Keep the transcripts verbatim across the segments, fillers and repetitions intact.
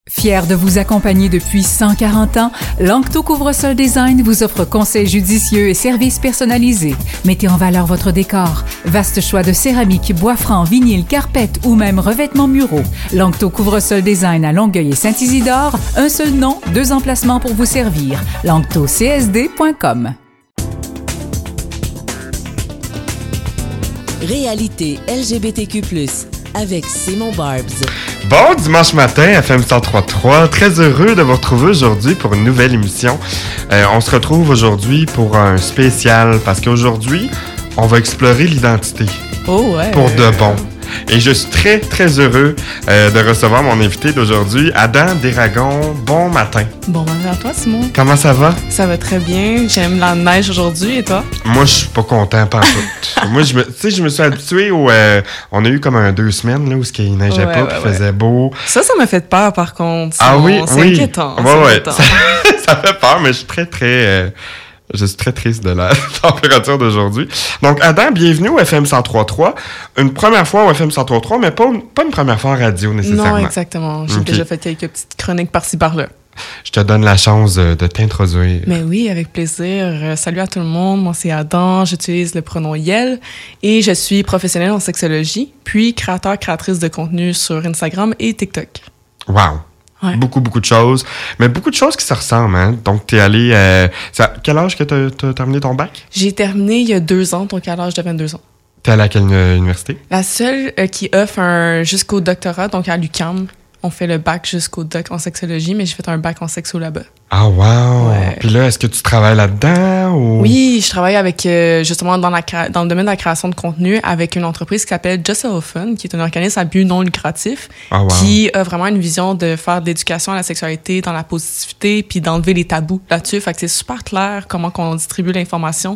Fier de vous accompagner depuis cent quarante ans, Lanctot Couvre-Sol Design vous offre conseils judicieux et services personnalisés. Mettez en valeur votre décor. Vaste choix de céramique, bois franc, vinyle, carpette ou même revêtements muraux. Lanctot Couvre-Sol Design à Longueuil et Saint-Isidore. Un seul nom, deux emplacements pour vous servir. lanctot c s d point com. Réalité L G B T Q plus, avec Simon Barbs. Bon dimanche matin, F M cent trois point trois. Très heureux de vous retrouver aujourd'hui pour une nouvelle émission. Euh, on se retrouve aujourd'hui pour un spécial parce qu'aujourd'hui, on va explorer l'identité. Oh ouais. Pour de bon. Et je suis très, très heureux euh, de recevoir mon invité d'aujourd'hui, Adam Desragons. Bon matin. Bon matin à toi, Simon. Comment ça va? Ça va très bien. J'aime la neige aujourd'hui. Et toi? Moi, je suis pas content, pas en tout. Moi, je me, tu sais, je me suis habitué au... Euh, on a eu comme un deux semaines là, où il neigeait ouais, pas, ouais, puis ouais. faisait beau. Ça, ça m'a fait peur, par contre. Ah Simon. oui, c'est oui. Inquiétant, ouais, c'est ouais. inquiétant. Ça, ça fait peur, mais je suis très, très... Euh, Je suis très triste de la température d'aujourd'hui. Donc, Adam, bienvenue au F M cent trois point trois. Une première fois au F M cent trois point trois, mais pas une, pas une première fois en radio, nécessairement. Non, exactement. J'ai Okay. déjà fait quelques petites chroniques par-ci, par-là. Je te donne la chance de, de t'introduire. Mais oui, avec plaisir. Euh, salut à tout le monde. Moi, c'est Adam. J'utilise le pronom Yel et je suis professionnelle en sexologie, puis créateur, créatrice de contenu sur Instagram et TikTok. Wow! Ouais. Beaucoup, beaucoup de choses. Mais beaucoup de choses qui se ressemblent, hein? Donc, t'es allé... Euh, c'est à quel âge que t'as, t'as terminé ton bac? J'ai terminé il y a deux ans, donc à l'âge de vingt-deux ans. T'es allé à quelle euh, université? La seule euh, qui offre un jusqu'au doctorat, donc à l'U Q A M. On fait le bac jusqu'au doc en sexologie, mais j'ai fait un bac en sexo là-bas. Ah, wow! Ouais. Puis là, est-ce que tu travailles là-dedans ou... Oui, je travaille avec euh, justement dans, la créa- dans le domaine de la création de contenu avec une entreprise qui s'appelle Just a Fun, qui est un organisme à but non lucratif, Ah, wow. qui a vraiment une vision de faire de l'éducation à la sexualité, dans la positivité, puis d'enlever les tabous là-dessus. Fait que c'est super clair comment on distribue l'information,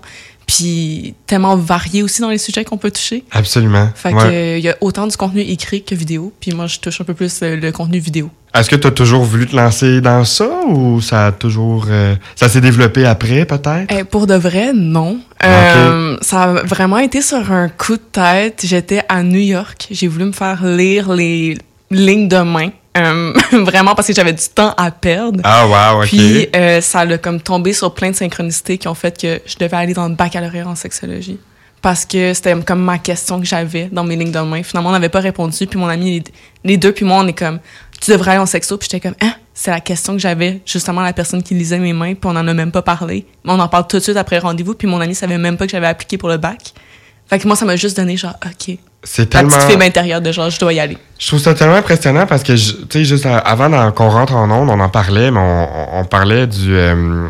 puis tellement varié aussi dans les sujets qu'on peut toucher. Absolument. Fait que Ouais. il y a autant du contenu écrit que vidéo, puis moi je touche un peu plus le, le contenu vidéo. Est-ce que tu as toujours voulu te lancer dans ça ou ça a toujours... euh, ça s'est développé après, peut-être? Eh, pour de vrai, non. Okay. Euh, ça a vraiment été sur un coup de tête. J'étais à New York. J'ai voulu me faire lire les lignes de main. Euh, vraiment parce que j'avais du temps à perdre. Ah, wow, OK. Puis euh, ça a comme tombé sur plein de synchronicités qui ont fait que je devais aller dans le baccalauréat en sexologie. Parce que c'était comme ma question que j'avais dans mes lignes de main. Finalement, on n'avait pas répondu. Puis mon ami, les, les deux, puis moi, on est comme... Tu devrais aller en sexo. Puis j'étais comme, hein? C'est la question que j'avais, justement, la personne qui lisait mes mains, puis on en a même pas parlé. Mais on en parle tout de suite après le rendez-vous, puis mon ami savait même pas que j'avais appliqué pour le bac. Fait que moi, ça m'a juste donné genre, OK. C'est La tellement... petite fille intérieure de genre, je dois y aller. Je trouve ça tellement impressionnant parce que, je- tu sais, juste à- avant d'en- qu'on rentre en ondes, on en parlait, mais on, on parlait du euh,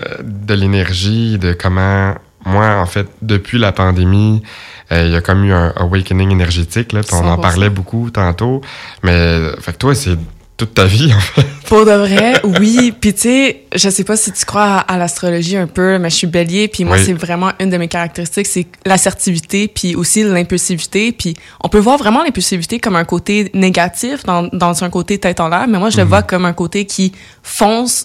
de l'énergie, de comment... Moi, en fait, depuis la pandémie, euh, il y a comme eu un awakening énergétique, là, puis on en cent pour cent. parlait beaucoup tantôt. Mais, fait que toi, c'est toute ta vie, en fait. Pour de vrai, oui. Puis tu sais, je sais pas si tu crois à, à l'astrologie un peu, mais je suis bélier, puis moi, Oui. c'est vraiment une de mes caractéristiques, c'est l'assertivité, puis aussi l'impulsivité. Puis on peut voir vraiment l'impulsivité comme un côté négatif, dans, dans un côté tête en l'air, mais moi, je le vois comme un côté qui fonce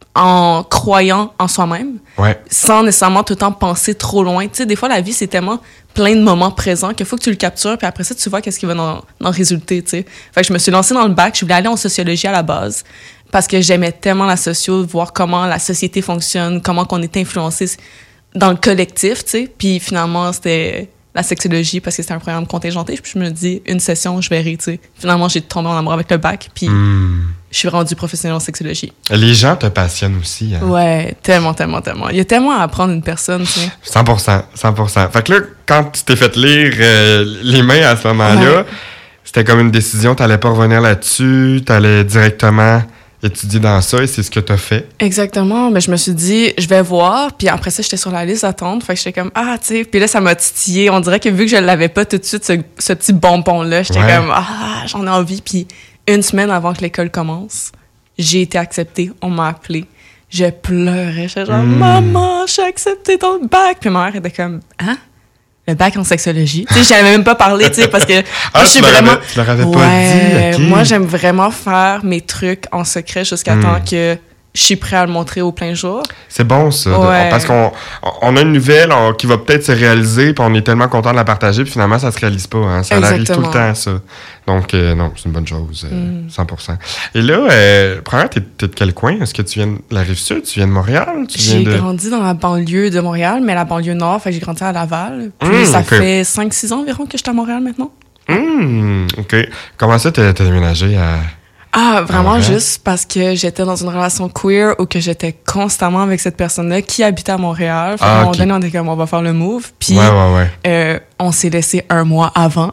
en croyant en soi-même, Ouais. sans nécessairement tout le temps penser trop loin. Tu sais, des fois, la vie, c'est tellement plein de moments présents qu'il faut que tu le captures, puis après ça, tu vois qu'est-ce qui va en, en résulter, tu sais. Fait que je me suis lancée dans le bac, je voulais aller en sociologie à la base, parce que j'aimais tellement la socio, voir comment la société fonctionne, comment qu'on est influencé dans le collectif, tu sais. Puis finalement, c'était la sexologie, parce que c'était un programme contingenté, puis je me dis, une session, je verrai, tu sais. Finalement, j'ai tombé en amour avec le bac, puis Hmm. je suis rendue professionnelle en sexologie. Les gens te passionnent aussi, hein? Ouais, tellement, tellement, tellement. Il y a tellement à apprendre une personne, tu sais. cent pour cent, cent pour cent. Fait que là, quand tu t'es fait lire euh, les mains à ce moment-là, Ouais. c'était comme une décision, t'allais pas revenir là-dessus, t'allais directement étudier dans ça et c'est ce que t'as fait. Exactement, mais je me suis dit, je vais voir, puis après ça, j'étais sur la liste d'attente, fait que j'étais comme, ah, tu sais, puis là, ça m'a titillé. On dirait que vu que je l'avais pas tout de suite, ce, ce petit bonbon-là, j'étais Ouais. comme, ah, j'en ai envie, puis une semaine avant que l'école commence, j'ai été acceptée, on m'a appelée, je pleurais, j'étais genre, Mm. maman, je suis acceptée dans le bac, puis ma mère était comme, hein? Le bac en sexologie. Tu sais, j'avais même pas parlé, tu sais, parce que Ah, moi, je tu suis leur vraiment... avais- tu leur avais pas Ouais, dit, ok. moi, j'aime vraiment faire mes trucs en secret jusqu'à Mm. temps que je suis prêt à le montrer au plein jour. C'est bon, ça. Ouais. De, parce qu'on on a une nouvelle on, qui va peut-être se réaliser, puis on est tellement content de la partager, puis finalement, ça se réalise pas. Hein. Ça arrive tout le temps, ça. Donc, euh, non, c'est une bonne chose, euh, mm. cent pour cent. Et là, euh, premièrement, t'es, t'es de quel coin? Est-ce que tu viens de la Rive-Sud? Tu viens de Montréal? Tu j'ai viens de... grandi dans la banlieue de Montréal, mais la banlieue nord, fait que j'ai grandi à Laval. Puis mm, ça okay. fait cinq six ans environ que je suis à Montréal maintenant. Mm, OK. Comment ça, t'as, t'as déménagé à... Ah, vraiment juste parce que j'étais dans une relation queer où que j'étais constamment avec cette personne-là qui habitait à Montréal. Fait ah, à un moment okay. donné, on était comme, on va faire le move. Puis, ouais, ouais, ouais. Euh, on s'est laissé un mois avant.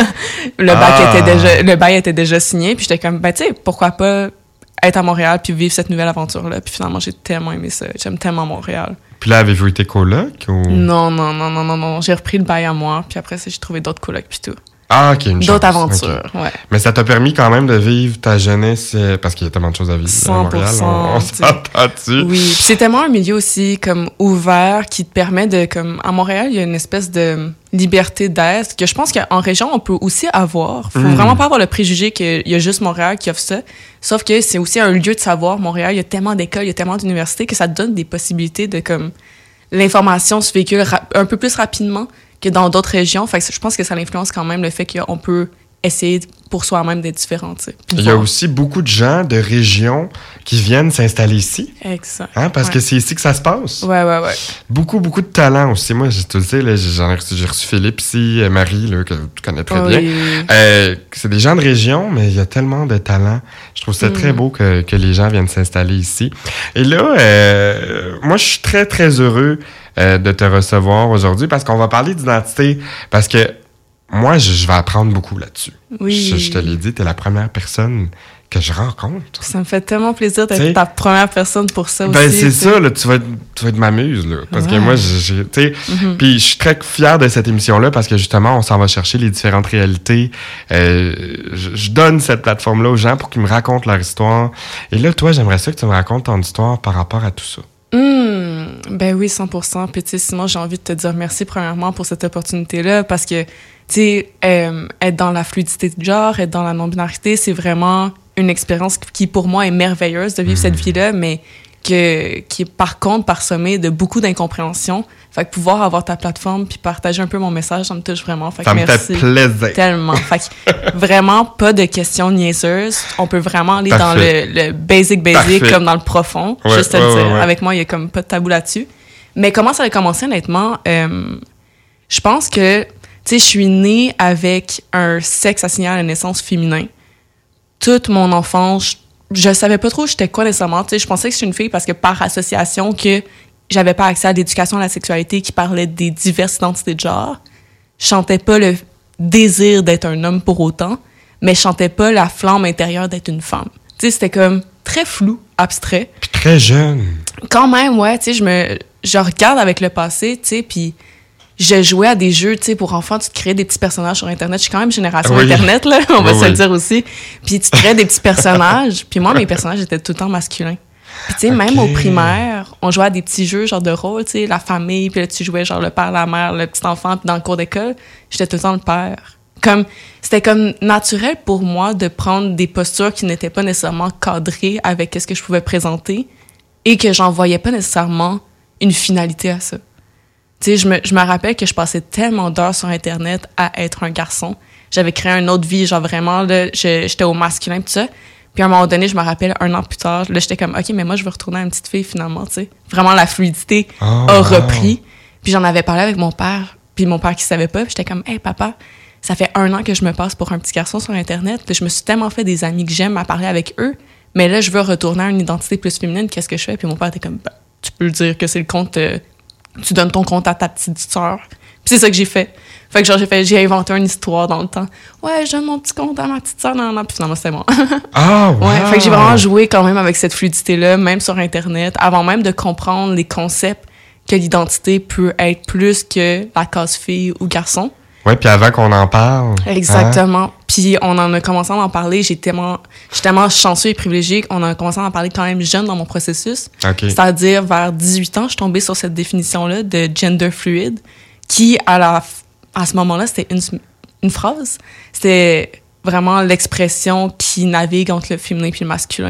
le, ah. bac était déjà, le bail était déjà signé. Puis j'étais comme, ben, tu sais, pourquoi pas être à Montréal puis vivre cette nouvelle aventure-là. Puis finalement, j'ai tellement aimé ça. J'aime tellement Montréal. Puis là, avez-vous été coloc ou... Non, non, non, non, non, non. J'ai repris le bail à moi. Puis après ça, j'ai trouvé d'autres colocs puis tout. Ah, OK, une D'autres chance. aventures, okay. ouais. Mais ça t'a permis quand même de vivre ta jeunesse, euh, parce qu'il y a tellement de choses à vivre cent pour cent, à Montréal. On, on s'entend dessus. Oui, puis c'est tellement un milieu aussi comme ouvert qui te permet de... comme à Montréal, il y a une espèce de liberté d'être que je pense qu'en région, on peut aussi avoir. Faut mm. vraiment pas avoir le préjugé qu'il y a juste Montréal qui offre ça. Sauf que c'est aussi un lieu de savoir. Montréal, il y a tellement d'écoles, il y a tellement d'universités que ça te donne des possibilités de comme... L'information se véhicule ra- un peu plus rapidement que dans d'autres régions. Fait que je pense que ça influence quand même le fait qu'on peut essayer pour soi-même d'être différent. Tu sais. Il y a aussi beaucoup de gens de régions qui viennent s'installer ici. Exact. Hein, parce ouais. que c'est ici que ça se passe. Ouais, ouais, ouais. Beaucoup, beaucoup de talent aussi. Moi, tu le sais, là, j'en ai reçu, j'ai reçu Philippe ici, Marie, là, que tu connais très oh, bien. Oui. Euh, c'est des gens de région, mais il y a tellement de talent. Je trouve ça mm. très beau que, que les gens viennent s'installer ici. Et là, euh, moi, je suis très, très heureux euh, de te recevoir aujourd'hui parce qu'on va parler d'identité. Parce que moi, je, je vais apprendre beaucoup là-dessus. Oui. Je, je te l'ai dit, tu es la première personne que je rencontre. Ça me fait tellement plaisir d'être T'sais, ta première personne pour ça ben aussi. Ben, c'est ça, là, tu vas être, tu vas être ma muse, là. Parce ouais. que moi, j'ai, tu sais, mm-hmm. puis je suis très fier de cette émission-là parce que justement, on s'en va chercher les différentes réalités. Euh, je, je donne cette plateforme-là aux gens pour qu'ils me racontent leur histoire. Et là, toi, j'aimerais ça que tu me racontes ton histoire par rapport à tout ça. Mmh, ben oui, cent pour cent. Puis tu sais, sinon, j'ai envie de te dire merci premièrement pour cette opportunité-là parce que, tu sais, euh, être dans la fluidité de genre, être dans la non-binarité, c'est vraiment une expérience qui, pour moi, est merveilleuse de vivre mmh. cette vie-là, mais que, qui est par contre parsemée de beaucoup d'incompréhension. Fait que pouvoir avoir ta plateforme puis partager un peu mon message, ça me touche vraiment. Fait que ça me merci fait plaisir. Tellement. Fait que vraiment pas de questions niaiseuses. On peut vraiment aller Parfait. dans le, le basic basic Parfait. comme dans le profond. Ouais, juste te ouais, le dire. Ouais, ouais. Avec moi, il y a comme pas de tabou là-dessus. Mais comment ça a commencé, honnêtement? Euh, je pense que, tu sais, je suis née avec un sexe assigné à la naissance féminin. Toute mon enfance, je, je savais pas trop j'étais quoi nécessairement. Tu sais, je pensais que j'étais une fille parce que par association que j'avais pas accès à l'éducation à la sexualité qui parlait des diverses identités de genre. Je sentais pas le désir d'être un homme pour autant, mais je sentais pas la flamme intérieure d'être une femme. Tu sais, c'était comme très flou, abstrait. Puis très jeune. Quand même, ouais, tu sais, je me je regarde avec le passé, tu sais, puis je jouais à des jeux, tu sais, pour enfants, tu te crées des petits personnages sur Internet. Je suis quand même génération oui. Internet, là, on va oui, se oui. le dire aussi. Puis tu te crées des petits personnages, puis moi, mes personnages étaient tout le temps masculins. Puis tu sais, okay. même au primaire, on jouait à des petits jeux genre de rôle, tu sais, la famille, puis là, tu jouais genre le père, la mère, le petit enfant, puis dans le cours d'école, j'étais tout le temps le père. Comme, c'était comme naturel pour moi de prendre des postures qui n'étaient pas nécessairement cadrées avec ce que je pouvais présenter et que j'en voyais pas nécessairement une finalité à ça. Tu sais, je me, je me rappelle que je passais tellement d'heures sur Internet à être un garçon. J'avais créé une autre vie, genre vraiment, là, je, j'étais au masculin, tout ça. Puis à un moment donné, je me rappelle, un an plus tard, là, j'étais comme, OK, mais moi, je veux retourner à une petite fille, finalement, tu sais. Vraiment, la fluidité oh, a repris. Wow. Puis j'en avais parlé avec mon père, puis mon père qui savait pas, puis j'étais comme, hey, papa, ça fait un an que je me passe pour un petit garçon sur Internet. Puis je me suis tellement fait des amis que j'aime à parler avec eux, mais là, je veux retourner à une identité plus féminine, qu'est-ce que je fais? Puis mon père était comme, bah, tu peux le dire que c'est le compte, euh, tu donnes ton compte à ta petite sœur. Puis c'est ça que j'ai fait. Fait que genre, j'ai fait, j'ai inventé une histoire dans le temps. Ouais, je donne mon petit compte à ma petite sœur, non, non, puis finalement, c'était moi. Ah, wow. Ouais, fait que j'ai vraiment joué quand même avec cette fluidité-là, même sur Internet, avant même de comprendre les concepts que l'identité peut être plus que la case fille ou garçon. Ouais, puis avant qu'on en parle. Exactement. Hein? Puis on en a commencé à en parler, j'ai tellement, j'étais tellement chanceux et privilégiée qu'on a commencé à en parler quand même jeune dans mon processus. Okay. C'est-à-dire, vers dix-huit ans, je suis tombée sur cette définition-là de gender fluid, qui, à la à ce moment-là, c'était une, une phrase. C'était vraiment l'expression qui navigue entre le féminin et le masculin.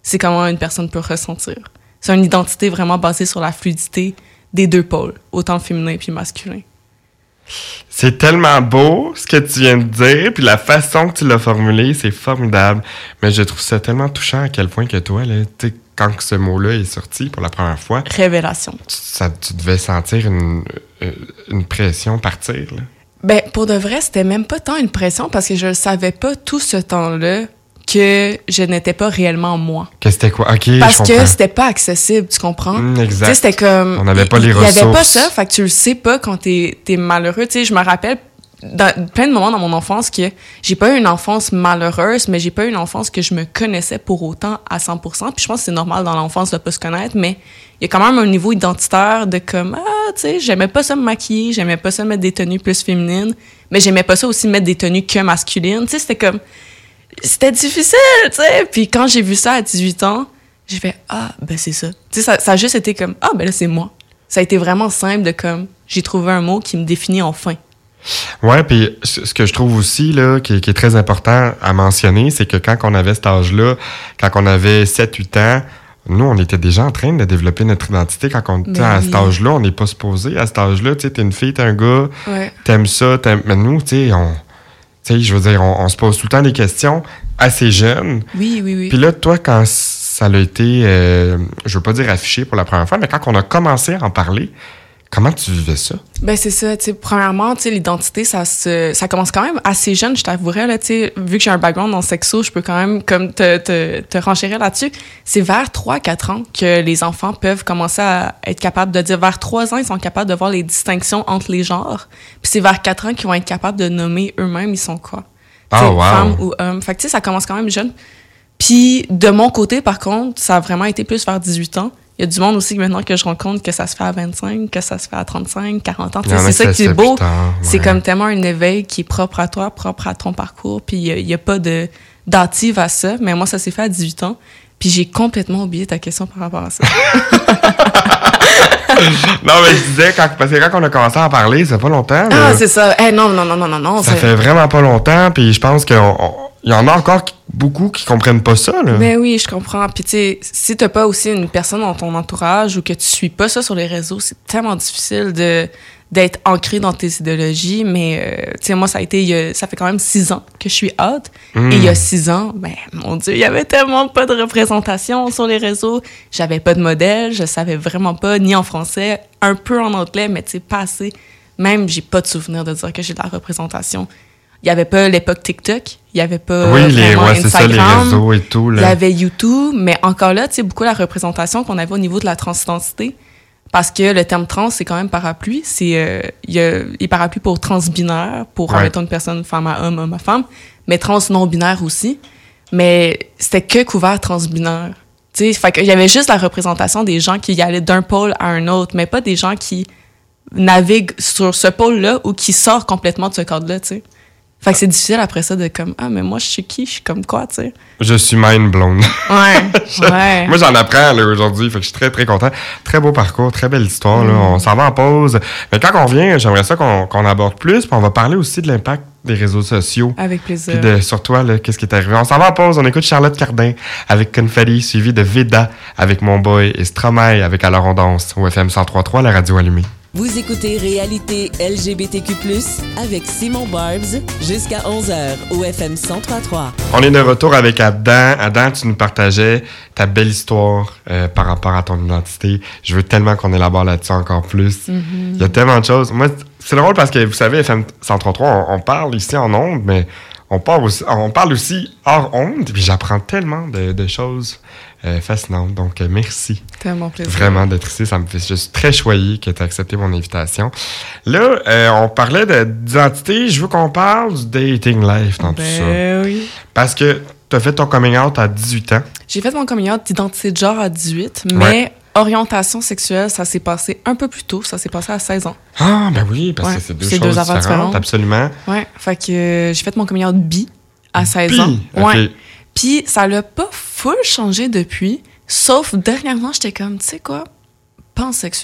c'est comment une personne peut ressentir. C'est une identité vraiment basée sur la fluidité des deux pôles, autant féminin puis masculin. C'est tellement beau ce que tu viens de dire, puis la façon que tu l'as formulé, c'est formidable. Mais je trouve ça tellement touchant à quel point que toi, là, tu sais, quand ce mot-là est sorti pour la première fois... Révélation. Tu, ça, tu devais sentir une, une pression partir, là. Ben, pour de vrai, c'était même pas tant une pression parce que je ne savais pas tout ce temps-là que je n'étais pas réellement moi. Que c'était quoi? OK, parce je comprends. que c'était pas accessible, tu comprends? Mmh, exact. Tu sais, c'était comme... On n'avait pas les ressources. Il y avait pas ça, fait que tu le sais pas quand t'es, t'es malheureux. Tu sais, je me rappelle dans plein de moments dans mon enfance que j'ai pas eu une enfance malheureuse, mais j'ai pas eu une enfance que je me connaissais pour autant à cent pour cent. Puis je pense que c'est normal dans l'enfance de pas se connaître, mais il y a quand même un niveau identitaire de comme, ah, tu sais, j'aimais pas ça me maquiller, j'aimais pas ça mettre des tenues plus féminines, mais j'aimais pas ça aussi mettre des tenues que masculines. Tu sais, c'était comme... C'était difficile, tu sais. Puis quand j'ai vu ça à dix-huit ans, j'ai fait « Ah, ben c'est ça. » Tu sais, ça, ça a juste été comme « Ah, ben là, c'est moi. » Ça a été vraiment simple de comme... J'ai trouvé un mot qui me définit enfin. Ouais, puis ce que je trouve aussi, là, qui, qui est très important à mentionner, c'est que quand on avait cet âge-là, quand on avait sept huit ans, nous, on était déjà en train de développer notre identité. Quand on était à oui. cet âge-là, on n'est pas supposé. À cet âge-là, tu sais, t'es une fille, t'es un gars, Ouais. t'aimes ça, t'aimes... Mais nous, tu sais, on... Tu sais, je veux dire, on, on se pose tout le temps des questions assez jeunes. Oui, oui, oui. Puis là, toi, quand ça a été, euh, je veux pas dire affiché pour la première fois, mais quand on a commencé à en parler, comment tu vivais ça? Ben c'est ça, tu sais, premièrement, tu sais, l'identité, ça se, ça commence quand même assez jeune, je t'avouerais, là, tu sais, vu que j'ai un background en sexo, je peux quand même, comme, te, te, te renchérir là-dessus. C'est vers trois quatre ans que les enfants peuvent commencer à être capables de dire, vers trois ans, ils sont capables de voir les distinctions entre les genres, puis c'est vers quatre ans qu'ils vont être capables de nommer eux-mêmes, ils sont quoi? Ah, T'sais, wow. Femme ou homme. Fait que, tu sais, ça commence quand même jeune. Puis, de mon côté, par contre, ça a vraiment été plus vers dix-huit ans. Il y a du monde aussi maintenant que je rencontre que ça se fait à vingt-cinq, que ça se fait à trente-cinq, quarante ans. Il y en a C'est que ça ça qui se est fait beau. plus tard, C'est ouais. comme tellement un éveil qui est propre à toi, propre à ton parcours. Puis il n'y a, a pas de dative à ça. Mais moi, ça s'est fait à dix-huit ans. Puis j'ai complètement oublié ta question par rapport à ça. Non, mais je disais, quand, parce que quand on a commencé à en parler, ça fait pas longtemps. Ah, là. c'est ça. Eh, non, non, non, non, non, non. Ça c'est... fait vraiment pas longtemps, puis je pense qu'il y en a encore qui- beaucoup qui comprennent pas ça, là. Ben oui, je comprends. Puis tu sais, si t'as pas aussi une personne dans ton entourage ou que tu suis pas ça sur les réseaux, c'est tellement difficile de d'être ancré dans tes idéologies. Mais euh, tu sais, moi, ça a été, il y a- ça fait quand même six ans que je suis out. Mm. Et il y a six ans, ben mon Dieu, il y avait tellement pas de représentation sur les réseaux. J'avais pas de modèle, je savais vraiment pas ni en français, un peu en anglais, mais tu sais, pas assez. Même, j'ai pas de souvenir de dire que j'ai de la représentation. Il y avait pas l'époque TikTok, il y avait pas Oui, les, vraiment ouais, c'est ça, les Instagram. réseaux et tout, Il y là. avait YouTube, mais encore là, tu sais, beaucoup la représentation qu'on avait au niveau de la transidentité. Parce que le terme trans, c'est quand même parapluie. C'est, euh, il, y a, il est parapluie pour transbinaire, pour, Ouais. mettons, une personne femme à homme, homme à femme, mais trans non-binaire aussi. Mais c'était que couvert transbinaire. Tu sais, fait qu'il y avait juste la représentation des gens qui y allaient d'un pôle à un autre, mais pas des gens qui naviguent sur ce pôle-là ou qui sortent complètement de ce cadre-là, tu sais. Fait que c'est difficile après ça de comme, ah, mais moi, je suis qui? Je suis comme quoi, tu sais? Je suis mind blown. Ouais, ouais. Moi, j'en apprends là, aujourd'hui, fait que je suis très, très content. Très beau parcours, très belle histoire. Là. Mm. On s'en va en pause. Mais quand on revient, j'aimerais ça qu'on, qu'on aborde plus, puis on va parler aussi de l'impact des réseaux sociaux. Avec plaisir. Puis de, sur toi, là, qu'est-ce qui est arrivé. On s'en va en pause, on écoute Charlotte Cardin avec Confetti, suivi de Veda avec Mon Boy et Stromae avec Alors on danse au F M cent trois point trois, la radio allumée. Vous écoutez Réalité L G B T Q plus, avec Simon Barbs jusqu'à onze heures au F M cent trois point trois. On est de retour avec Adam. Adam, tu nous partageais ta belle histoire euh, par rapport à ton identité. Je veux tellement qu'on élabore là-dessus encore plus. Mm-hmm. Il y a tellement de choses. Moi, c'est drôle parce que, vous savez, F M cent trois point trois, on, on parle ici en ondes, mais on parle aussi, on parle aussi hors ondes. Puis j'apprends tellement de, de choses euh, fascinantes. Donc, euh, merci Tellement plaisir. vraiment d'être ici. Ça me fait, je suis très choyé que tu aies accepté mon invitation. Là, euh, on parlait de- d'identité. Je veux qu'on parle du dating life dans tout ça. Ben oui. Parce que tu as fait ton coming out à dix-huit ans. J'ai fait mon coming out d'identité de genre à dix-huit, mais Ouais. orientation sexuelle, ça s'est passé un peu plus tôt. Ça s'est passé à seize ans. Ah, ben oui, parce Ouais, que c'est deux c'est choses deux affaires différentes, différentes. absolument. Ouais. Fait que euh, j'ai fait mon coming out bi à seize Bi, ans. ok. Ouais. Puis ça l'a pas full changé depuis, sauf dernièrement, j'étais comme, tu sais quoi, pansexuel.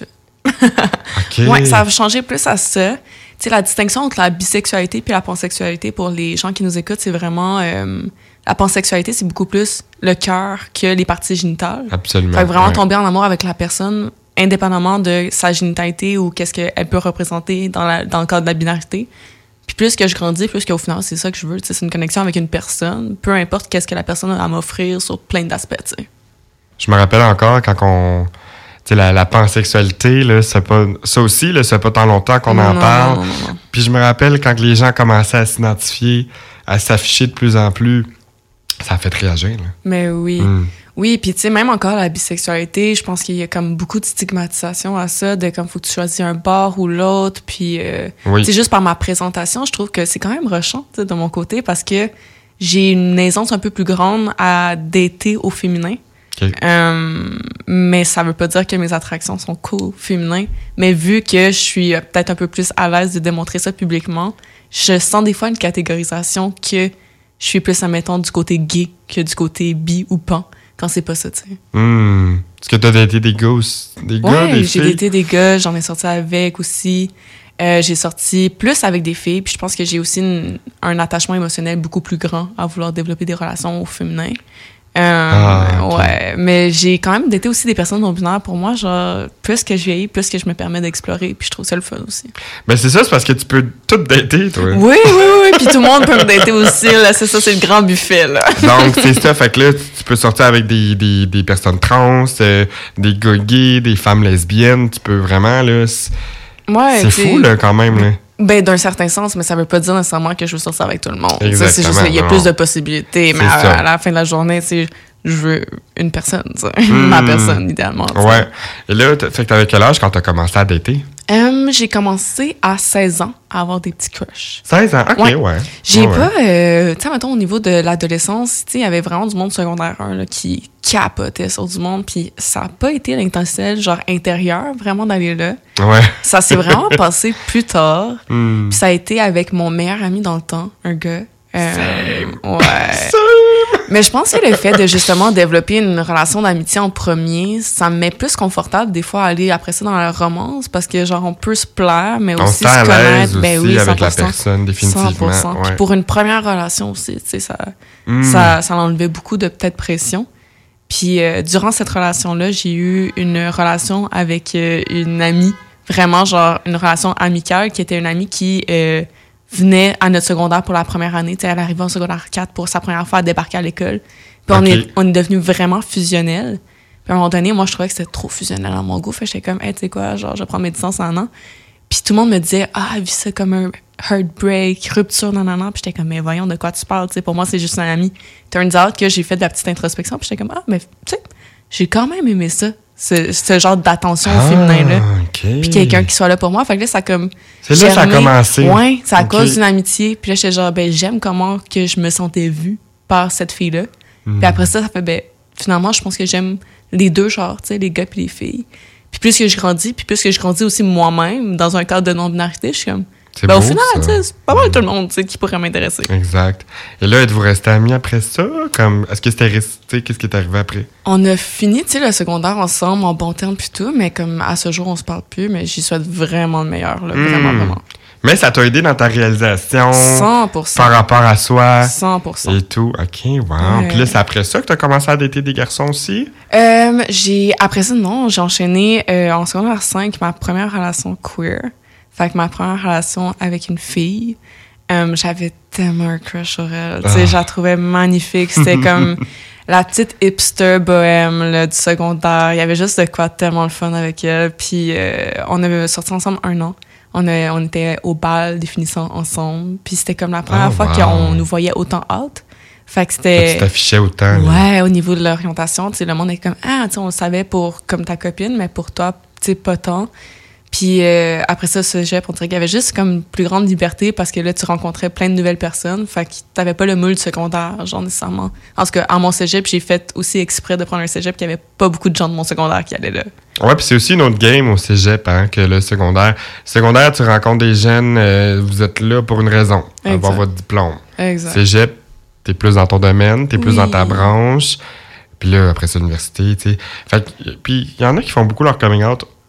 OK. Ouais, ça a changé plus à ça. Tu sais, la distinction entre la bisexualité puis la pansexualité, pour les gens qui nous écoutent, c'est vraiment... Euh, la pansexualité, c'est beaucoup plus le cœur que les parties génitales. Absolument. Fait que vraiment ouais. tomber en amour avec la personne, indépendamment de sa génitalité ou qu'est-ce qu'elle peut représenter dans, la, dans le cadre de la binarité. Puis plus que je grandis, plus qu'au final, c'est ça que je veux. C'est une connexion avec une personne, peu importe qu'est-ce que la personne a à m'offrir sur plein d'aspects. T'sais. Je me rappelle encore quand on... Tu sais, la, la pansexualité, là, c'est pas... Ça aussi, là, c'est pas tant longtemps qu'on non, en non, parle. non, non, non. Puis je me rappelle quand les gens commençaient à s'identifier, à s'afficher de plus en plus, ça a fait réagir, là. Mais oui. Mm. Oui, puis tu sais, même encore la bisexualité, je pense qu'il y a comme beaucoup de stigmatisation à ça, de comme faut que tu choisisses un bord ou l'autre, puis euh, Oui. c'est juste par ma présentation, je trouve que c'est quand même rushant, tu sais, de mon côté, parce que j'ai une aisance un peu plus grande à dater au féminin. OK. Euh, mais ça veut pas dire que mes attractions sont qu'au féminin. Mais vu que je suis euh, peut-être un peu plus à l'aise de démontrer ça publiquement, je sens des fois une catégorisation que je suis plus, admettons, du côté gay que du côté bi ou pan, quand c'est pas ça, tu sais. Hmm. Est-ce que t'as daté des gars aussi? Des gars, Ouais, des j'ai filles? daté des gars, j'en ai sorti avec aussi. Euh, j'ai sorti plus avec des filles, puis je pense que j'ai aussi une- un attachement émotionnel beaucoup plus grand à vouloir développer des relations au féminin. Euh, Ah, ok. Ouais, mais j'ai quand même daté aussi des personnes non-binaires. Pour moi, genre, plus que je vieillis, plus que je me permets d'explorer, puis je trouve ça le fun aussi. Ben c'est ça, c'est parce que tu peux tout dater, toi. Oui, oui, oui, puis tout le monde peut me dater aussi, là, c'est ça, c'est le grand buffet, là. Donc, c'est ça. Fait que là, tu peux sortir avec des, des, des personnes trans, euh, des gars gays, des femmes lesbiennes. Tu peux vraiment, là... C'est, Ouais, c'est t'sais, fou, là, quand même, là. Ben, d'un certain sens, mais ça veut pas dire nécessairement que je veux sortir avec tout le monde. Ça, c'est juste Exactement, qu'il y a non. plus de possibilités, mais C'est à, ça. à la fin de la journée, tu sais, je veux une personne, tu sais. Hmm. Ma personne, idéalement. tu sais. Ouais. Et là, t'as- fait que t'avais quel âge quand t'as commencé à dater? Euh, j'ai commencé à seize ans à avoir des petits crushs. seize ans? OK, ouais. Ouais. J'ai Ouais, ouais. pas, euh, tu sais, mettons, au niveau de l'adolescence, tu sais, il y avait vraiment du monde secondaire un là, qui capotait sur du monde, puis ça a pas été l'intentionnel, genre intérieur, vraiment d'aller là. Ouais. Ça s'est vraiment passé plus tard. Hmm. Puis ça a été avec mon meilleur ami dans le temps, un gars. Euh, ouais. Mais je pense que le fait de justement développer une relation d'amitié en premier, ça me met plus confortable des fois à aller après ça dans la romance parce que genre on peut se plaire, mais On aussi se sent à se l'aise connaître. Ben aussi oui, avec la cent pour cent. personne, définitivement. cent pour cent. Puis Ouais. pour une première relation aussi, tu sais, ça, Hmm. ça, ça enlevait beaucoup de peut-être pression. Puis euh, durant cette relation-là, j'ai eu une relation avec euh, une amie, vraiment genre une relation amicale qui était une amie qui euh, venait à notre secondaire pour la première année. Tu sais, elle arrivait en secondaire quatre pour sa première fois à débarquer à l'école. Puis on Ok. est, on est devenus vraiment fusionnels. Puis à un moment donné, moi, je trouvais que c'était trop fusionnel à mon goût. Fait que j'étais comme, hey, tu sais quoi, genre, je prends mes distances en an. Puis tout le monde me disait, ah, vis ça comme un heartbreak, rupture, nanana. Puis j'étais comme, mais voyons, de quoi tu parles, tu sais, pour moi, c'est juste un ami. Turns out que j'ai fait de la petite introspection. Puis j'étais comme, ah, mais tu sais, j'ai quand même aimé ça, ce, ce genre d'attention Ah, féminin-là. OK. Puis quelqu'un qui soit là pour moi. Fait que là, ça a comme. C'est là que ça a germé. commencé. Ouais, c'est à Ok. cause d'une amitié. Puis là, j'étais genre, ben, j'aime comment que je me sentais vue par cette fille-là. Hmm. Puis après ça, ça fait, ben, finalement, je pense que j'aime les deux genres, tu sais, les gars puis les filles. Puis plus que je grandis, puis plus que je grandis aussi moi-même, dans un cadre de non-binarité, je suis comme, C'est ben, au beau, final, ça. tu sais, c'est pas mal tout le monde, tu sais, qui pourrait m'intéresser. Exact. Et là, êtes-vous restés amis après ça? Comme, est-ce que c'était resté? Qu'est-ce qui est arrivé après? On a fini, tu sais, le secondaire ensemble, en bon terme puis tout, mais comme à ce jour, on se parle plus, mais j'y souhaite vraiment le meilleur, là, vraiment, Hmm. vraiment. Mais ça t'a aidé dans ta réalisation cent pour cent. par rapport à soi cent pour cent. et tout. OK, wow. Ouais. Puis là, c'est après ça que t'as commencé à dater des garçons aussi? Euh, j'ai, après ça, non, j'ai enchaîné euh, en secondaire cinq ma première relation queer. Fait que ma première relation avec une fille, euh, j'avais tellement un crush sur elle. Tu sais, Ah. je la trouvais magnifique. C'était comme la petite hipster bohème là, du secondaire. Il y avait juste de quoi tellement le fun avec elle. Puis euh, on avait sorti ensemble un an. On, a, on était au bal définissant ensemble. Puis c'était comme la première Oh, fois wow. qu'on nous voyait autant out. Fait que c'était... Tu t'affichais autant. là. Ouais, au niveau de l'orientation, tu sais, le monde est comme, ah, tu sais, on le savait pour, comme ta copine, mais pour toi, tu sais, pas tant. Puis euh, après ça, ce cégep, on dirait qu'il y avait juste comme une plus grande liberté parce que là, tu rencontrais plein de nouvelles personnes. Fait que t'avais pas le moule secondaire, genre, nécessairement. En tout cas, à mon cégep, j'ai fait aussi exprès de prendre un cégep qu'il y avait pas beaucoup de gens de mon secondaire qui allaient là. Ouais, puis c'est aussi une autre game au cégep hein, que le secondaire. Secondaire, tu rencontres des jeunes, euh, vous êtes là pour une raison, Exact. avoir votre diplôme. Exact. Cégep, t'es plus dans ton domaine, t'es plus Oui. dans ta branche. Puis là, après ça, l'université, tu sais. Fait que, puis il y en a qui font beaucoup leur coming out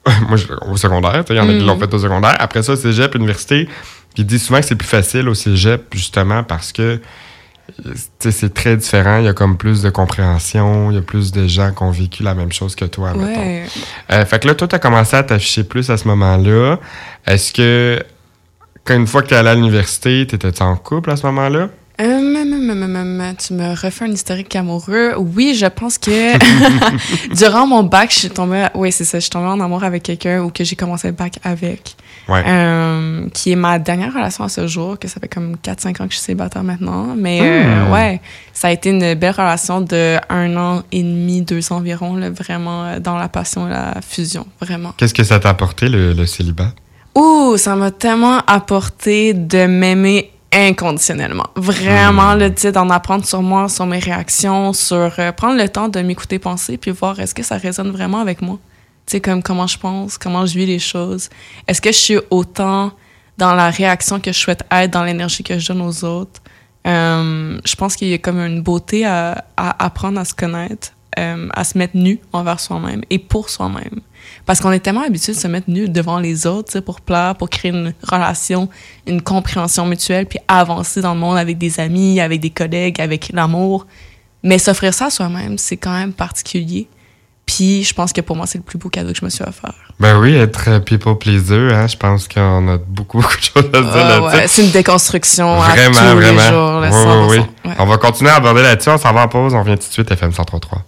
moi, je, au secondaire, il y en a Mm. qui l'ont fait au secondaire. Après ça, cégep, université. Puis ils disent souvent que c'est plus facile au cégep, justement, parce que c'est très différent. Il y a comme plus de compréhension. Il y a plus de gens qui ont vécu la même chose que toi, mettons. Ouais. Euh, fait que là, toi, tu as commencé à t'afficher plus à ce moment-là. Est-ce que, quand une fois que tu es allé à l'université, t'étais-tu en couple à ce moment-là? Euh, hum, hum, hum, hum, hum, tu me refais un historique amoureux. Oui, je pense que durant mon bac, je suis tombée, oui, c'est ça, je suis tombée en amour avec quelqu'un ou que j'ai commencé le bac avec, Ouais. euh, qui est ma dernière relation à ce jour, que ça fait comme quatre cinq ans que je suis célibataire maintenant. Mais Hmm. euh, ouais, ça a été une belle relation de un an et demi, deux ans environ, là, vraiment euh, dans la passion et la fusion, vraiment. Qu'est-ce que ça t'a apporté, le, le célibat? Ouh, ça m'a tellement apporté de m'aimer inconditionnellement. Vraiment, Mm. là, tu sais, d'en apprendre sur moi, sur mes réactions, sur euh, prendre le temps de m'écouter penser, puis voir est-ce que ça résonne vraiment avec moi. Tu sais, comme comment je pense, comment je vis les choses. Est-ce que je suis autant dans la réaction que je souhaite être, dans l'énergie que je donne aux autres? Euh, je pense qu'il y a comme une beauté à, à apprendre à se connaître, euh, à se mettre nu envers soi-même et pour soi-même. Parce qu'on est tellement habitué de se mettre nu devant les autres, tu sais, pour plaire, pour créer une relation, une compréhension mutuelle, puis avancer dans le monde avec des amis, avec des collègues, avec l'amour. Mais s'offrir ça à soi-même, c'est quand même particulier. Puis je pense que pour moi, c'est le plus beau cadeau que je me suis offert. Ben oui, être people pleaser, hein, je pense qu'on a beaucoup, beaucoup de choses à dire Ah là-dessus. ouais, c'est une déconstruction Vraiment, à tous vraiment. les jours. Là, Oui, cent pour cent. oui, oui. Ouais. On va continuer à aborder là-dessus. On s'en va en pause. On vient tout de suite, F M cent trois point trois.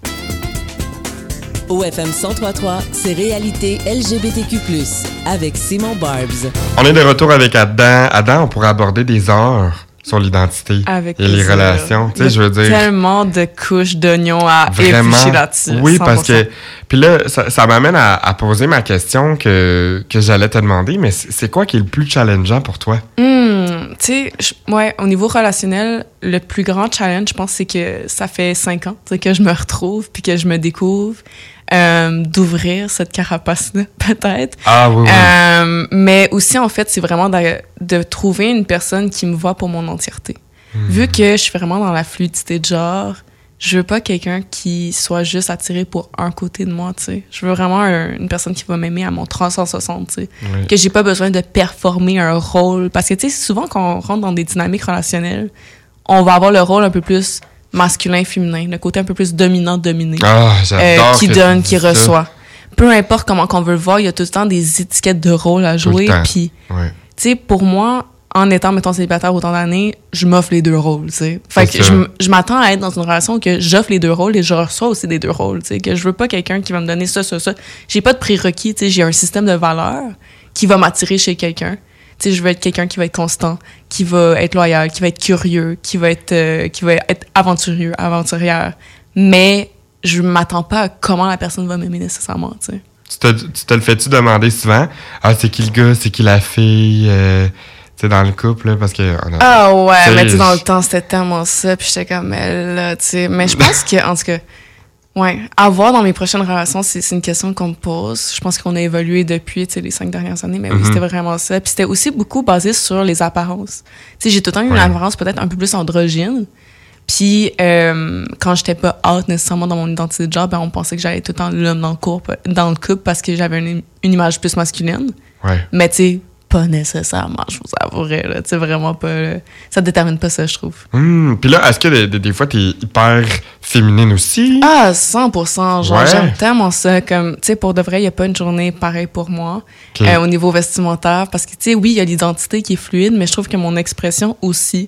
Au F M cent trois point trois, c'est Réalité L G B T Q plus, avec Simon Barbs. On est de retour avec Adam. Adam, on pourrait aborder des heures sur l'identité Avec et les plaisir. relations. Tu sais, Il y a je veux dire... tellement de couches d'oignons à Vraiment. éplucher là-dessus. Oui, cent parce pour cent. que... Puis là, ça, ça m'amène à, à poser ma question que, que j'allais te demander, mais c'est c'est quoi qui est le plus challengeant pour toi? Hmm, tu sais, je- ouais, au niveau relationnel, le plus grand challenge, je pense, c'est que ça fait cinq ans tu sais, que je me retrouve puis que je me découvre, euh, d'ouvrir cette carapace-là, peut-être. Ah oui, oui. Euh, mais aussi, en fait, c'est vraiment de, de trouver une personne qui me voit pour mon entièreté. Hmm. Vu que je suis vraiment dans la fluidité de genre, je veux pas quelqu'un qui soit juste attiré pour un côté de moi, tu sais. Je veux vraiment un- une personne qui va m'aimer à mon trois cent soixante, tu sais. Oui. Que j'ai pas besoin de performer un rôle. Parce que, tu sais, souvent, quand on rentre dans des dynamiques relationnelles, on va avoir le rôle un peu plus masculin-féminin, le côté un peu plus dominant-dominé. Ah, Euh, j'adore qui que donne, tu qui dis ça. reçoit. Peu importe comment qu'on veut le voir, il y a tout le temps des étiquettes de rôle à Tout le jouer. temps. Puis, Ouais. tu sais, pour moi, en étant, mettons, célibataire autant d'années, je m'offre les deux rôles, tu sais. Fait C'est que ça. je, m- je m'attends à être dans une relation que j'offre les deux rôles et je reçois aussi les deux rôles, tu sais. Que je veux pas quelqu'un qui va me donner ça, ça, ça. J'ai pas de prérequis, tu sais. J'ai un système de valeurs qui va m'attirer chez quelqu'un. Tu sais, je veux être quelqu'un qui va être constant, qui va être loyal, qui va être curieux, qui va être, euh, qui va être aventurieux, aventurière. Mais je m'attends pas à comment la personne va m'aimer nécessairement, tu sais. Tu te, tu te le fais-tu demander souvent? Ah, c'est qui le gars? C'est qui la fille? Euh, tu sais, dans le couple, là, parce que... on a- Ah ouais, Tu sais, mais tu sais, dans je- le temps, c'était tellement ça, puis j'étais comme, elle, là, tu sais. Mais je pense que, en tout cas, ouais, avoir dans mes prochaines relations, c'est c'est une question qu'on me pose. Je pense qu'on a évolué depuis, tu sais, les cinq dernières années, mais oui, Mhm. c'était vraiment ça. Puis c'était aussi beaucoup basé sur les apparences. Tu sais, j'ai tout le temps eu une Ouais. apparence peut-être un peu plus androgyne. Puis euh, quand j'étais pas out nécessairement dans mon identité de genre, ben on pensait que j'allais tout le temps l'homme dans le couple, dans le couple parce que j'avais une, une image plus masculine. Ouais. Mais tu sais, pas nécessairement, je vous avouerai, là. Tu sais, vraiment pas... là. Ça détermine pas ça, je trouve. Hum, Puis là, est-ce que des, des, des fois, t'es hyper féminine aussi? Ah, cent pour cent. Genre, Ouais. j'aime tellement ça. Comme, tu sais, pour de vrai, il n'y a pas une journée pareille pour moi Ok. euh, au niveau vestimentaire. Parce que, tu sais, oui, il y a l'identité qui est fluide, mais je trouve que mon expression aussi.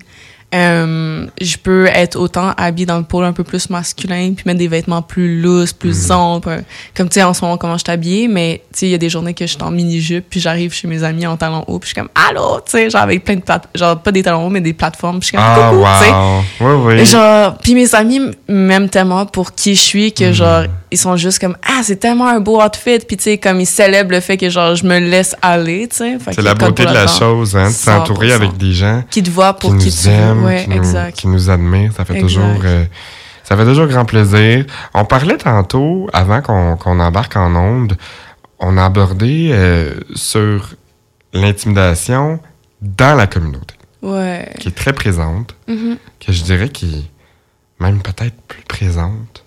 Euh, je peux être autant habillée dans le pôle un peu plus masculin, puis mettre des vêtements plus lousses, plus amples. Comme, tu sais, en ce moment, comment je suis habillée, mais, tu sais, il y a des journées que je suis en mini-jupe, puis j'arrive chez mes amis en talons hauts, puis je suis comme, allô, tu sais, genre avec plein de plates, genre pas des talons hauts, mais des plateformes, puis je suis comme, Ah, coucou, tu sais. wow. Oui, oui. Et genre, puis mes amis m- m'aiment tellement pour qui je suis que genre, ils sont juste comme, ah, c'est tellement un beau outfit, puis tu sais, comme ils célèbrent le fait que genre, je me laisse aller, tu sais. Fait C'est qu'ils la codent beauté pour de la là-dedans. chose, hein, de s'entourer cent pour cent. avec des gens Qui te voient qui pour qui, nous tu aiment, veux. Ouais, qui, nous, exact. qui nous admirent. Ça fait Exact. toujours... euh, ça fait toujours grand plaisir. On parlait tantôt, avant qu'on qu'on embarque en onde, on a abordé euh, sur l'intimidation dans la communauté, Ouais. qui est très présente, Mhm. que je dirais qui est même peut-être plus présente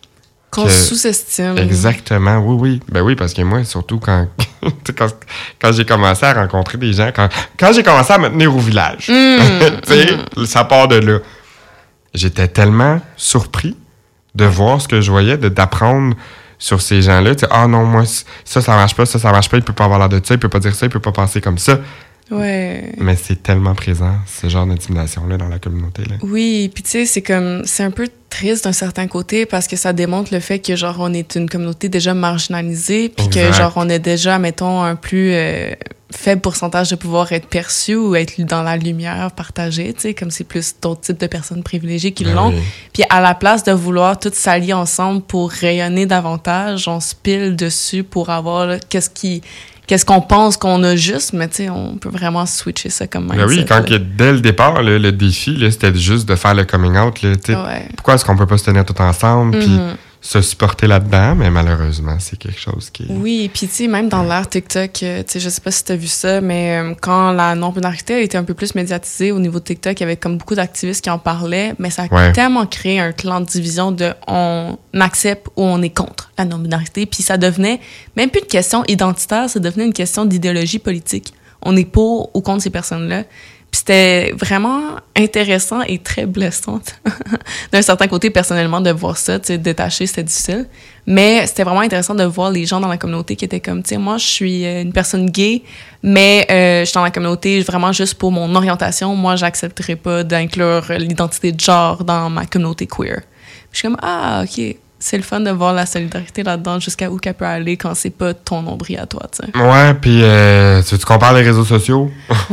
Qu'on que... sous-estime. Exactement, oui, oui. Ben oui, parce que moi, surtout quand, quand, quand j'ai commencé à rencontrer des gens, quand, quand j'ai commencé à me tenir au village, Mmh, tu sais, mmh. ça part de là. J'étais tellement surpris de voir ce que je voyais, de, d'apprendre sur ces gens-là. Tu sais, ah non, moi, ça, ça marche pas, ça, ça marche pas, il peut pas avoir l'air de ça, il peut pas dire ça, il peut pas penser comme ça. Ouais. Mais c'est tellement présent, ce genre d'intimidation-là, dans la communauté, là. Oui, puis tu sais, c'est comme, c'est un peu triste d'un certain côté parce que ça démontre le fait que, genre, on est une communauté déjà marginalisée, puis que, genre, on est déjà, mettons, un plus euh, faible pourcentage de pouvoir être perçu ou être dans la lumière partagée, tu sais, comme c'est plus d'autres types de personnes privilégiées qui Ben l'ont. oui. Puis à la place de vouloir toutes s'allier ensemble pour rayonner davantage, on se pile dessus pour avoir là, qu'est-ce qui... Qu'est-ce qu'on pense qu'on a juste, mais tu sais, on peut vraiment switcher ça comme mindset. Ben oui, quand là. que, dès le départ, là, le défi, là, c'était juste de faire le coming out. Là, tu sais, Ouais. pourquoi est-ce qu'on peut pas se tenir tout ensemble puis Mhm. se supporter là-dedans? Mais malheureusement, c'est quelque chose qui est... Oui, puis tu sais, même dans l'ère TikTok, euh, tu sais, je sais pas si t'as vu ça, mais euh, quand la non-binarité a été un peu plus médiatisée au niveau de TikTok, il y avait comme beaucoup d'activistes qui en parlaient, mais ça a Ouais. tellement créé un clan de division de on accepte ou on est contre la non-binarité, puis ça devenait même plus une question identitaire, ça devenait une question d'idéologie politique. On est pour ou contre ces personnes-là. Puis c'était vraiment intéressant et très blessant d'un certain côté, personnellement, de voir ça, tu sais, détaché, c'était difficile. Mais c'était vraiment intéressant de voir les gens dans la communauté qui étaient comme, tu sais, moi, je suis une personne gay, mais euh, je suis dans la communauté vraiment juste pour mon orientation. Moi, j'accepterais pas d'inclure l'identité de genre dans ma communauté queer. Puis je suis comme, ah, OK, c'est le fun de voir la solidarité là-dedans, jusqu'à où qu'elle peut aller quand c'est pas ton nombril à toi, tu sais. Ouais, puis euh, tu, tu compares les réseaux sociaux?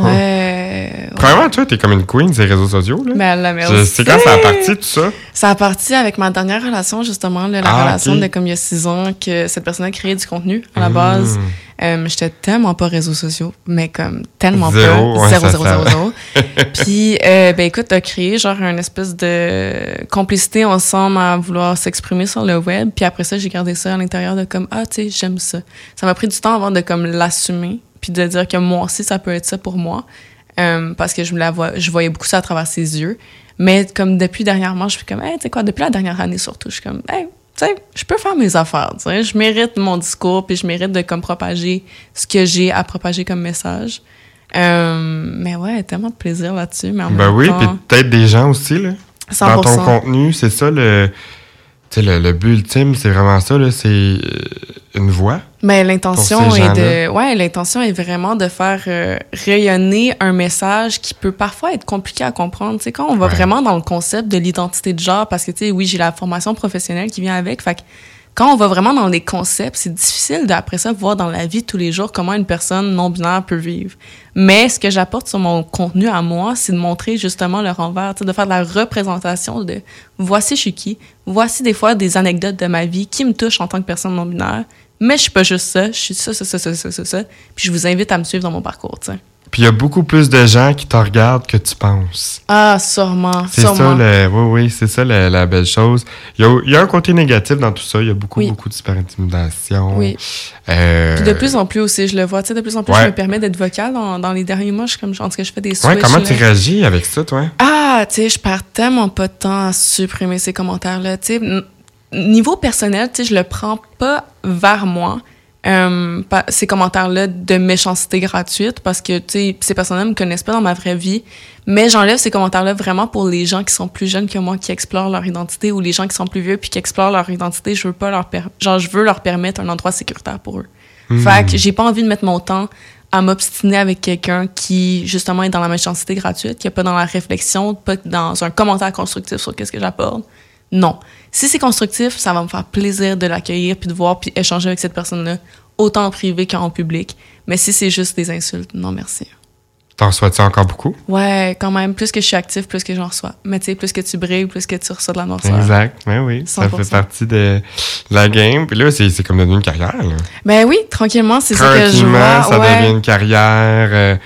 Ouais. Premièrement, toi, t'es comme une queen, ces réseaux sociaux, là. Mais la merci. Je- C'est quand ça a parti, tout ça? Ça a parti avec ma dernière relation, justement, là, la Ah, relation ok. de comme il y a six ans, que cette personne a créé du contenu à la Mmh. base. Euh, j'étais tellement pas réseaux sociaux, mais comme tellement Zéro, pas. ouais, zéro, ça, zéro, ça- zéro, zéro. Puis, euh, ben écoute, t'as créé genre une espèce de complicité ensemble à vouloir s'exprimer sur le web. Puis après ça, j'ai gardé ça à l'intérieur de comme, ah, tu sais, j'aime ça. Ça m'a pris du temps avant de comme l'assumer, puis de dire que moi aussi, ça peut être ça pour moi. Euh, parce que je me la vois, je voyais beaucoup ça à travers ses yeux. Mais comme depuis dernièrement, je suis comme, hey, tu sais quoi, depuis la dernière année surtout, je suis comme, hey, tu sais, je peux faire mes affaires, tu sais, je mérite mon discours, puis je mérite de comme propager ce que j'ai à propager comme message. Euh, mais ouais, tellement de plaisir là-dessus, mais en Ben même oui, temps, puis peut-être des gens aussi, là. cent Dans pour cent. ton contenu, c'est ça, le... Tu sais, le, le but ultime, c'est vraiment ça, là, c'est euh, une voix. Mais l'intention Pour ces est gens-là. de, ouais, l'intention est vraiment de faire euh, rayonner un message qui peut parfois être compliqué à comprendre. Tu sais, quand on va Ouais. vraiment dans le concept de l'identité de genre, parce que tu sais, oui, j'ai la formation professionnelle qui vient avec, fait que quand on va vraiment dans les concepts, c'est difficile d'après ça voir dans la vie de tous les jours comment une personne non binaire peut vivre. Mais ce que j'apporte sur mon contenu à moi, c'est de montrer justement le renvers, tu sais, de faire de la représentation de voici je suis qui, voici des fois des anecdotes de ma vie qui me touchent en tant que personne non binaire. Mais je suis pas juste ça, je suis ça, ça, ça, ça, ça, ça, ça. Puis je vous invite à me suivre dans mon parcours, tu sais. Puis il y a beaucoup plus de gens qui te regardent que tu penses. Ah, sûrement, C'est sûrement. ça, le, oui, oui, c'est ça la, la belle chose. Il y, a, il y a un côté négatif dans tout ça. Il y a beaucoup, Oui. beaucoup de cyber-intimidation. Oui. Euh, Puis de plus en plus aussi, je le vois, tu sais, de plus en plus, Ouais. je me permets d'être vocale dans, dans les derniers mois. Je suis comme, en tout cas, je fais des switches. ouais, comment là. tu réagis avec ça, toi? Ah, tu sais, je perds tellement pas de temps à supprimer ces commentaires-là. Tu sais, n- niveau personnel, tu sais, je le prends pas vers moi. Euh, pa- ces commentaires-là de méchanceté gratuite parce que, tu sais, ces personnes-là me connaissent pas dans ma vraie vie. Mais j'enlève ces commentaires-là vraiment pour les gens qui sont plus jeunes que moi, qui explorent leur identité, ou les gens qui sont plus vieux puis qui explorent leur identité. Je veux pas leur per- genre, je veux leur permettre un endroit sécuritaire pour eux. Hmm. Fait que j'ai pas envie de mettre mon temps à m'obstiner avec quelqu'un qui, justement, est dans la méchanceté gratuite, qui est pas dans la réflexion, pas dans un commentaire constructif sur qu'est-ce que j'apporte. Non. Si c'est constructif, ça va me faire plaisir de l'accueillir puis de voir puis échanger avec cette personne-là, autant en privé qu'en public. Mais si c'est juste des insultes, non merci. T'en reçois-tu encore beaucoup? Ouais, quand même, plus que je suis active, plus que j'en reçois. Mais tu sais, plus que tu brilles, plus que tu reçois de la noirceur. Exact, oui, oui. cent Ça pour fait cent. partie de la game. Puis là, c'est, c'est comme devenu une carrière. Là. Ben oui, tranquillement, c'est ça que je Tranquillement, vois. ça ouais. devient une carrière. euh,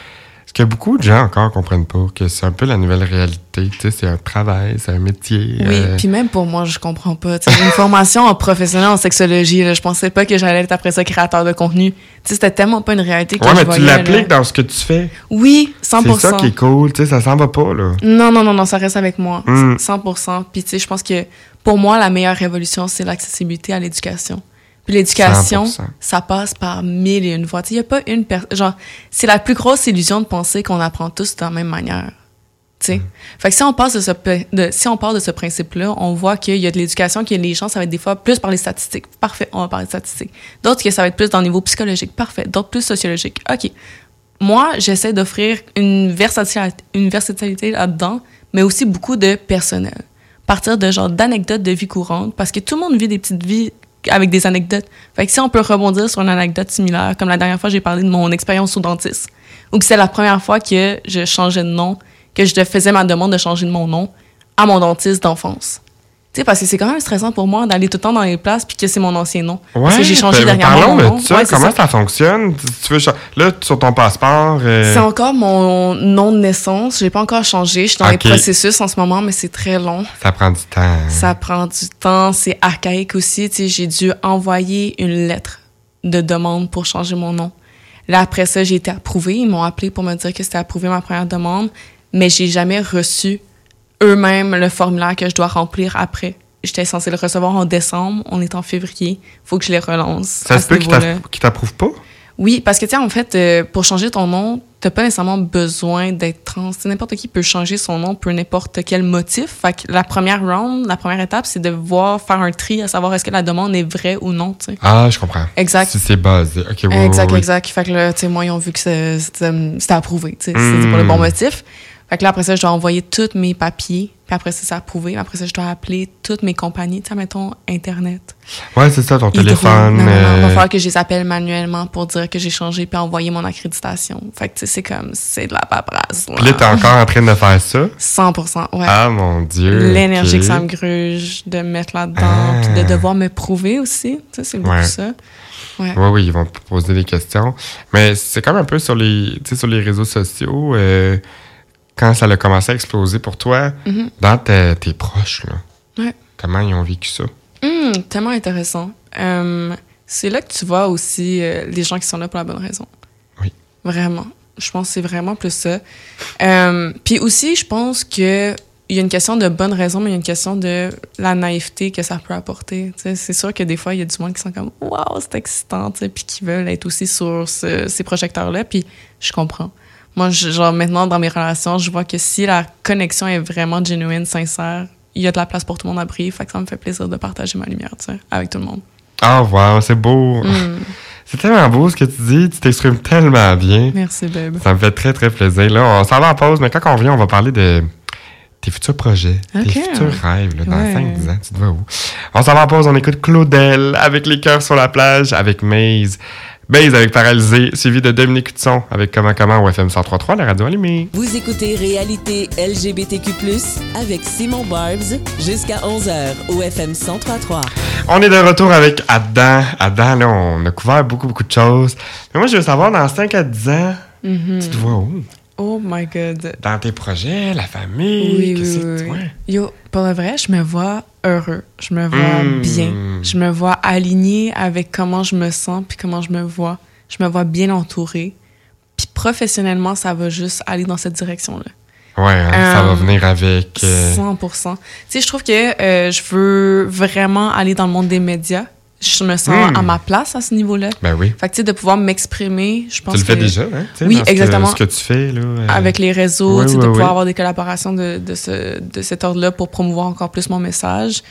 Ce que beaucoup de gens encore comprennent pas, que c'est un peu la nouvelle réalité. Tu sais, c'est un travail, c'est un métier. Oui, euh... puis même pour moi, je comprends pas. Tu sais, j'ai une formation en professionnel en sexologie. Là, je pensais pas que j'allais être après ça créateur de contenu. Tu sais, c'était tellement pas une réalité que ouais, je mais voyais. tu l'appliques là. dans ce que tu fais. Oui, cent pour cent. C'est ça qui est cool. Tu sais, ça s'en va pas, là. Non, non, non, non, ça reste avec moi. Mm. cent pour cent. Puis tu sais, je pense que pour moi, la meilleure révolution, c'est l'accessibilité à l'éducation. Puis l'éducation, cent pour cent. ça passe par mille et une voies. Il n'y a pas une personne... Genre, c'est la plus grosse illusion de penser qu'on apprend tous de la même manière. Tu sais? Mm. Fait que si on, passe de ce, de, si on part de ce principe-là, on voit qu'il y a de l'éducation, que les gens, ça va être des fois plus par les statistiques. Parfait, on va parler de statistiques. D'autres que ça va être plus dans le niveau psychologique. Parfait. D'autres plus sociologique. OK. Moi, j'essaie d'offrir une versatilité, une versatilité là-dedans, mais aussi beaucoup de personnel. Partir de genre d'anecdotes de vie courante, parce que tout le monde vit des petites vies avec des anecdotes. Fait que si on peut rebondir sur une anecdote similaire, comme la dernière fois, j'ai parlé de mon expérience au dentiste, ou que c'est la première fois que je changeais de nom, que je faisais ma demande de changer de mon nom à mon dentiste d'enfance. Tu sais, parce que c'est quand même stressant pour moi d'aller tout le temps dans les places puis que c'est mon ancien nom. Ouais, parce que j'ai changé ben, dernièrement parlons mon de nom. ça. Ouais, Comment ça. ça fonctionne? Tu veux, là, sur ton passeport... Euh... C'est encore mon nom de naissance. J'ai pas encore changé. Je suis dans okay. les processus en ce moment, mais c'est très long. Ça prend du temps. Hein? Ça prend du temps. C'est archaïque aussi. Tu sais, j'ai dû envoyer une lettre de demande pour changer mon nom. Là, après ça, j'ai été approuvée. Ils m'ont appelé pour me dire que c'était approuvé ma première demande, mais j'ai jamais reçu eux-mêmes le formulaire que je dois remplir après. J'étais censée le recevoir en décembre. On est en février. Faut que je les relance. Ça se peut qu'ils t'approuvent pas? Oui, parce que, tu sais, en fait, euh, pour changer ton nom, t'as pas nécessairement besoin d'être trans. T'sais, n'importe qui peut changer son nom pour n'importe quel motif. Fait que la première round, la première étape, c'est de voir, faire un tri, à savoir est-ce que la demande est vraie ou non, tu sais. Ah, je comprends. Exact. Si c'est basé. OK, oui, Exact, oui, exact. Fait que là, tu sais, moi, ils ont vu que c'était, c'était approuvé, tu sais. Mm. C'était pour le bon motif. Fait que là, après ça, je dois envoyer tous mes papiers. Puis après ça, c'est approuvé. Après ça, je dois appeler toutes mes compagnies. Tu sais, mettons, Internet. Ouais, c'est ça, ton Hydro. téléphone. Non, non, non. Euh... Il va falloir que je les appelle manuellement pour dire que j'ai changé puis envoyer mon accréditation. Fait que, tu sais, c'est comme, c'est de la paperasse. Puis là, t'es encore en train de faire ça? cent pour cent, ouais. Ah, mon Dieu. L'énergie okay. que ça me gruge, de me mettre là-dedans, ah. puis de devoir me prouver aussi. Tu sais, c'est beaucoup ouais. ça. Ouais. Oui, oui, ils vont te poser des questions. Mais c'est comme un peu sur les, tu sais, sur les réseaux sociaux. Euh, quand ça a commencé à exploser pour toi, Mm-hmm. dans tes, tes proches, là, ouais. comment ils ont vécu ça? Mmh, tellement intéressant. Euh, c'est là que tu vois aussi euh, les gens qui sont là pour la bonne raison. Oui. Vraiment. Je pense que c'est vraiment plus ça. Euh, Puis aussi, je pense que il y a une question de bonne raison, mais il y a une question de la naïveté que ça peut apporter. T'sais, c'est sûr que des fois, il y a du monde qui sont comme « Wow, c'est excitant », puis qui veulent être aussi sur ce, ces projecteurs-là, puis je comprends. Moi, je, genre maintenant, dans mes relations, je vois que si la connexion est vraiment genuine, sincère, il y a de la place pour tout le monde à briller, fait que ça me fait plaisir de partager ma lumière, tu sais, avec tout le monde. Oh, wow, c'est beau! Mm. C'est tellement beau ce que tu dis, tu t'exprimes tellement bien. Merci, babe. Ça me fait très, très plaisir. Là, on s'en va en pause, mais quand on revient, on va parler de tes futurs projets, okay. tes futurs rêves, là, dans ouais. cinq dix ans. Tu te vois où? On s'en va en pause, on écoute Claudel avec Les cœurs sur la plage, avec Maze. Maze avec Paralysé, suivi de Dominique Hudson avec Comment Comment au F M cent trois point trois, la radio allumée. Vous écoutez Réalité L G B T Q plus, avec Simon Barbs, jusqu'à onze heures au F M cent trois point trois. On est de retour avec Adam. Adam, là, on a couvert beaucoup, beaucoup de choses. Mais moi, je veux savoir, dans cinq à dix ans, mm-hmm. tu te vois où? Oh my God. Dans tes projets, la famille, oui, qu'est-ce oui, que oui. tu vois? Yo, pour le vrai, je me vois heureux. Je me vois mmh. bien. Je me vois aligné avec comment je me sens puis comment je me vois. Je me vois bien entourée. Puis professionnellement, ça va juste aller dans cette direction-là. Ouais, hein, euh, ça va venir avec... Euh... cent pour cent. Tu sais, je trouve que euh, je veux vraiment aller dans le monde des médias. Je me sens mmh. à ma place à ce niveau-là. Ben oui. Fait que, tu sais, de pouvoir m'exprimer, je pense que... Tu le fais déjà, hein? Oui, dans ce exactement. Que, ce que tu fais, là. Euh... Avec les réseaux, oui, tu sais, oui, de oui. pouvoir avoir des collaborations de, de, ce, de cet ordre-là pour promouvoir encore plus mon message.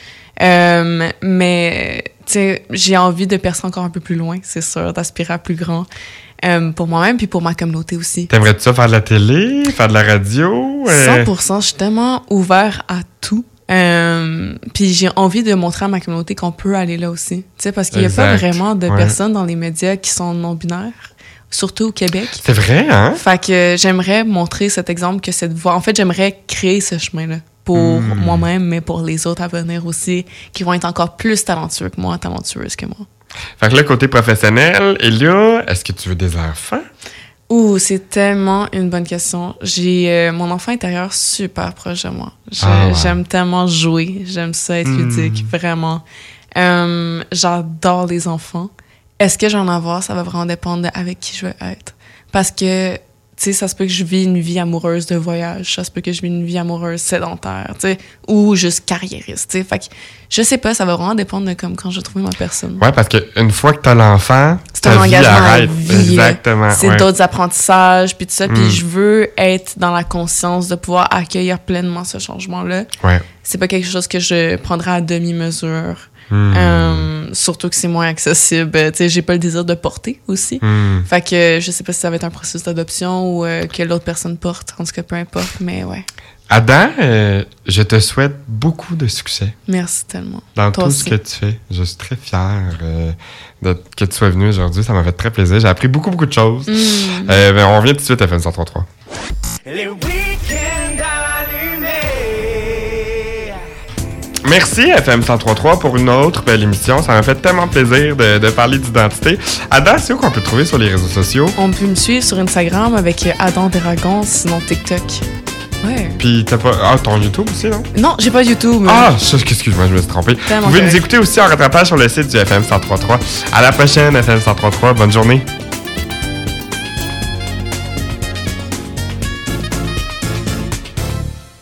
Euh, mais, tu sais, j'ai envie de percer encore un peu plus loin, c'est sûr, d'aspirer à plus grand. Euh, pour moi-même, puis pour ma communauté aussi. T'aimerais-tu ça faire de la télé, faire de la radio? Euh... cent pour cent, je suis tellement ouvert à tout. Euh, puis j'ai envie de montrer à ma communauté qu'on peut aller là aussi. Tu sais, parce qu'il n'y a pas vraiment de ouais. personnes dans les médias qui sont non-binaires, surtout au Québec. C'est vrai, hein? Fait que j'aimerais montrer cet exemple que cette voie... En fait, j'aimerais créer ce chemin-là pour mmh. moi-même, mais pour les autres à venir aussi, qui vont être encore plus talentueux que moi, talentueuses que moi. Fait que là, côté professionnel, et là, est-ce que tu veux des enfants? Ouh, c'est tellement une bonne question. J'ai euh, mon enfant intérieur super proche de moi. Je, Ah ouais. J'aime tellement jouer. J'aime ça être Mm. ludique, vraiment. Euh, j'adore les enfants. Est-ce que j'en avoir? Ça va vraiment dépendre de avec qui je veux être. Parce que, tu sais, ça se peut que je vis une vie amoureuse de voyage. Ça se peut que je vis une vie amoureuse sédentaire, tu sais, ou juste carriériste, tu sais. Fait que, je sais pas, ça va vraiment dépendre de comme quand je vais trouver ma personne. Ouais, parce qu'une fois que t'as l'enfant, C'est ta un vie engagement à arrête. vie, là. Exactement. C'est ouais. d'autres apprentissages, puis tout ça. Mm. Puis je veux être dans la conscience de pouvoir accueillir pleinement ce changement-là. Ouais. C'est pas quelque chose que je prendrai à demi-mesure. Mm. Euh, surtout que c'est moins accessible. Tu sais, j'ai pas le désir de porter aussi. Mm. Fait que je sais pas si ça va être un processus d'adoption ou euh, que l'autre personne porte. En tout cas, peu importe, mais ouais. Adam, euh, je te souhaite beaucoup de succès Merci tellement. dans Toi tout aussi. ce que tu fais. Je suis très fier euh, de, que tu sois venu aujourd'hui. Ça m'a fait très plaisir. J'ai appris beaucoup, beaucoup de choses. Mm. Euh, ben, on revient tout de suite à F M cent trente-trois. Les week-ends allumés. Merci F M cent trente-trois pour une autre belle émission. Ça m'a fait tellement plaisir de, de parler d'identité. Adam, c'est où qu'on peut te trouver sur les réseaux sociaux? On peut me suivre sur Instagram avec euh, Adam Déragon, sinon TikTok. Ouais. Puis t'as pas... Ah, ton YouTube aussi, non? Non, j'ai pas YouTube. mais- Ah, ça, excuse-moi, je me suis trompé. Vous Tellement pouvez nous correct. écouter aussi en rattrapage sur le site du F M cent trente-trois. À la prochaine, F M cent trente-trois. Bonne journée.